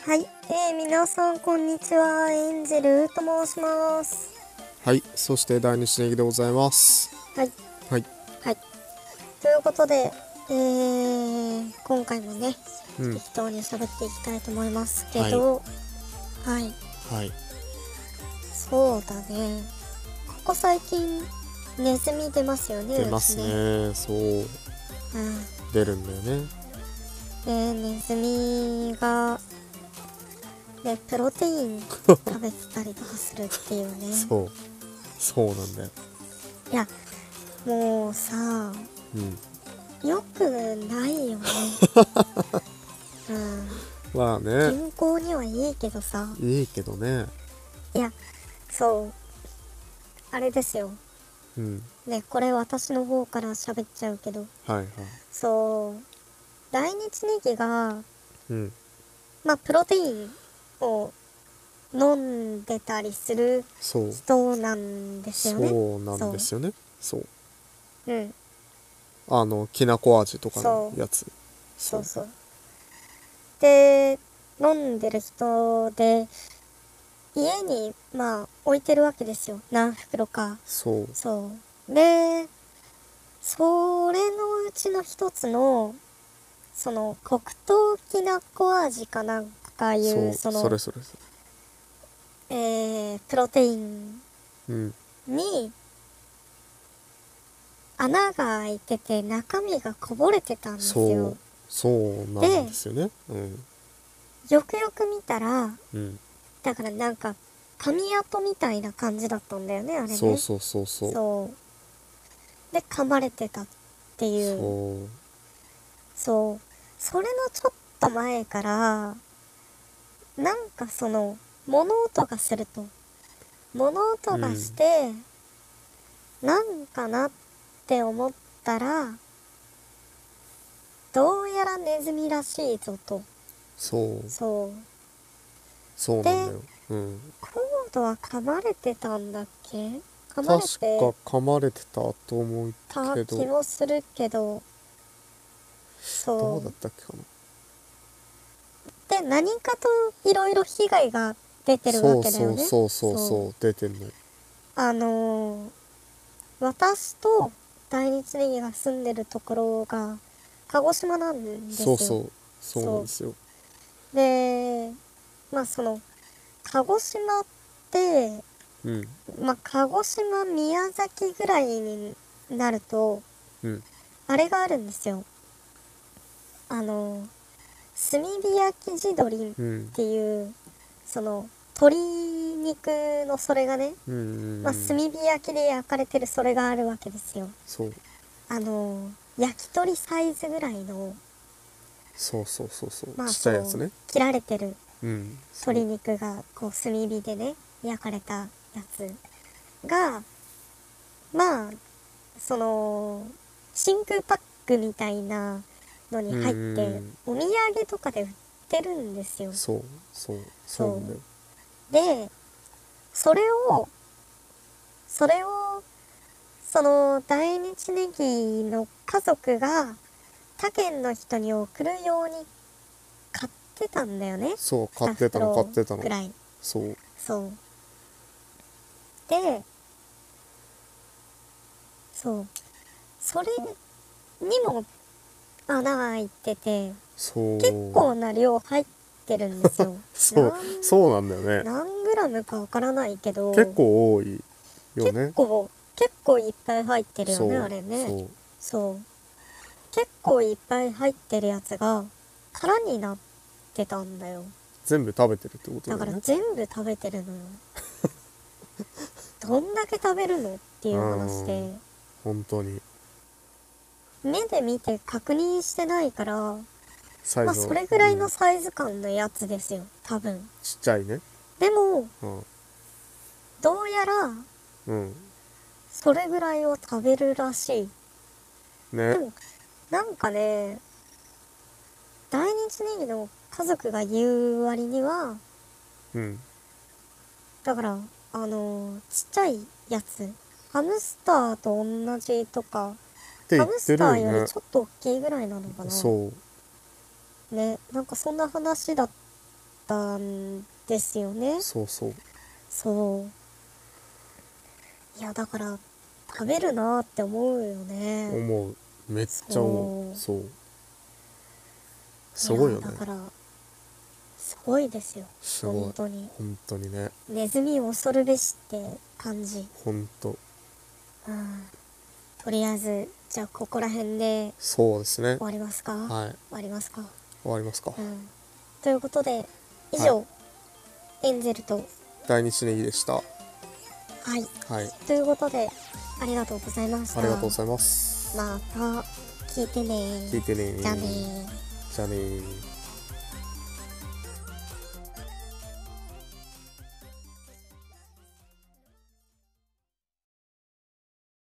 はい、皆さんこんにちは。エンジェルと申します。 はい、そして第二ネギでございます。 はいはい、 はい。ということで、今回もね、適当に喋っていきたいと思いますけど、はい、そうだね。ここ最近ネズミ出ますよね。 出ますね。そう、出るんだよね。 ネズミがね、プロテイン食べてたりとかするっていうね。 そうなんだよ。 いや、もうさ、よくないよね。 まあね。 健康にはいいけどさ。 いいけどね。 いや、そう。あれですよ。ね、これ私の方から喋っちゃうけど。そう。大日ネギが、まあ、プロテインを飲んでたりする人なんですよね。 そうなんですよね。そう。 うん。 きなこ味とかのやつ。 そう。で、飲んでる人で、家にまあ置いてるわけですよ。何袋か。 そう。 で、それのうちの一つの、その黒糖きなこ味かなんかいう、そのプロテインに穴が開いてて中身がこぼれてたんですよ。 そうなんですよね。 よくよく見たら、だからなんか紙跡みたいな感じだったんだよね、あれね。そうで噛まれてたっていう。それのちょっと前からなんかその物音がすると、物音がして、なんかなって思ったら、どうやらネズミらしいぞと。 そうなんだよ。 コードは噛まれてたんだっけ？ 確か噛まれてたと思うけど。 気もするけど。 どうだったっけかな。 で、何かといろいろ被害が出てるわけだよね。 そう出てんの。 私と大日ネギが住んでるところが鹿児島なんですよ。 そうなんですよ。 で、まあその鹿児島って、まあ鹿児島宮崎ぐらいになると、あれがあるんですよ。炭火焼き地鶏っていう、その鶏肉のそれがね、まあ炭火焼きで焼かれてるそれがあるわけですよ。焼き鳥サイズぐらいの、 まあ、ちっちゃいやつね。 切られてる鶏肉がこう炭火でね焼かれたやつが、まあその真空パックみたいなのに入ってお土産とかで売ってるんですよ。 そうなんだよ。 で、それをその大日ネギの家族が他県の人に送るように買ってたんだよね。 買ってたの。 くらい。で、それにも穴が開いてて、結構な量入ってるんですよ。 そうなんだよね。 何グラムかわからないけど、 結構多いよね。 結構いっぱい入ってるよね、あれね。結構いっぱい入ってるやつが空になってたんだよ。 全部食べてるってことだよね。 だから全部食べてるのよ。どんだけ食べるのっていう話で。 本当に。 目で見て確認してないから、まあそれぐらいのサイズ感のやつですよ、多分。 ちっちゃいね。 でも、どうやら、それぐらいを食べるらしい。でも、なんかね、大日ネギの家族が言う割には、だから、ちっちゃいやつ、ハムスターと同じとか、ハムスターよりちょっと大きいぐらいなのかな。ね、なんかそんな話だっったんですよね。 そうそう。 いやだから食べるなって思うよね。 思う。めっちゃ思う。そう。すごいよね。 だからすごいですよ。 すごい。 本当に。 本当にね。 ネズミ恐るべしって感じ。 本当。 とりあえずじゃあここら辺でそうですね。 終わりますか。 はい。 終わりますか。 終わりますか。 ということで以上、エンゼルと大日ネギでした。 はい。ということでありがとうございました。 ありがとうございます。 また聞いてね。 聞いてね。 じゃあね。 じゃあね。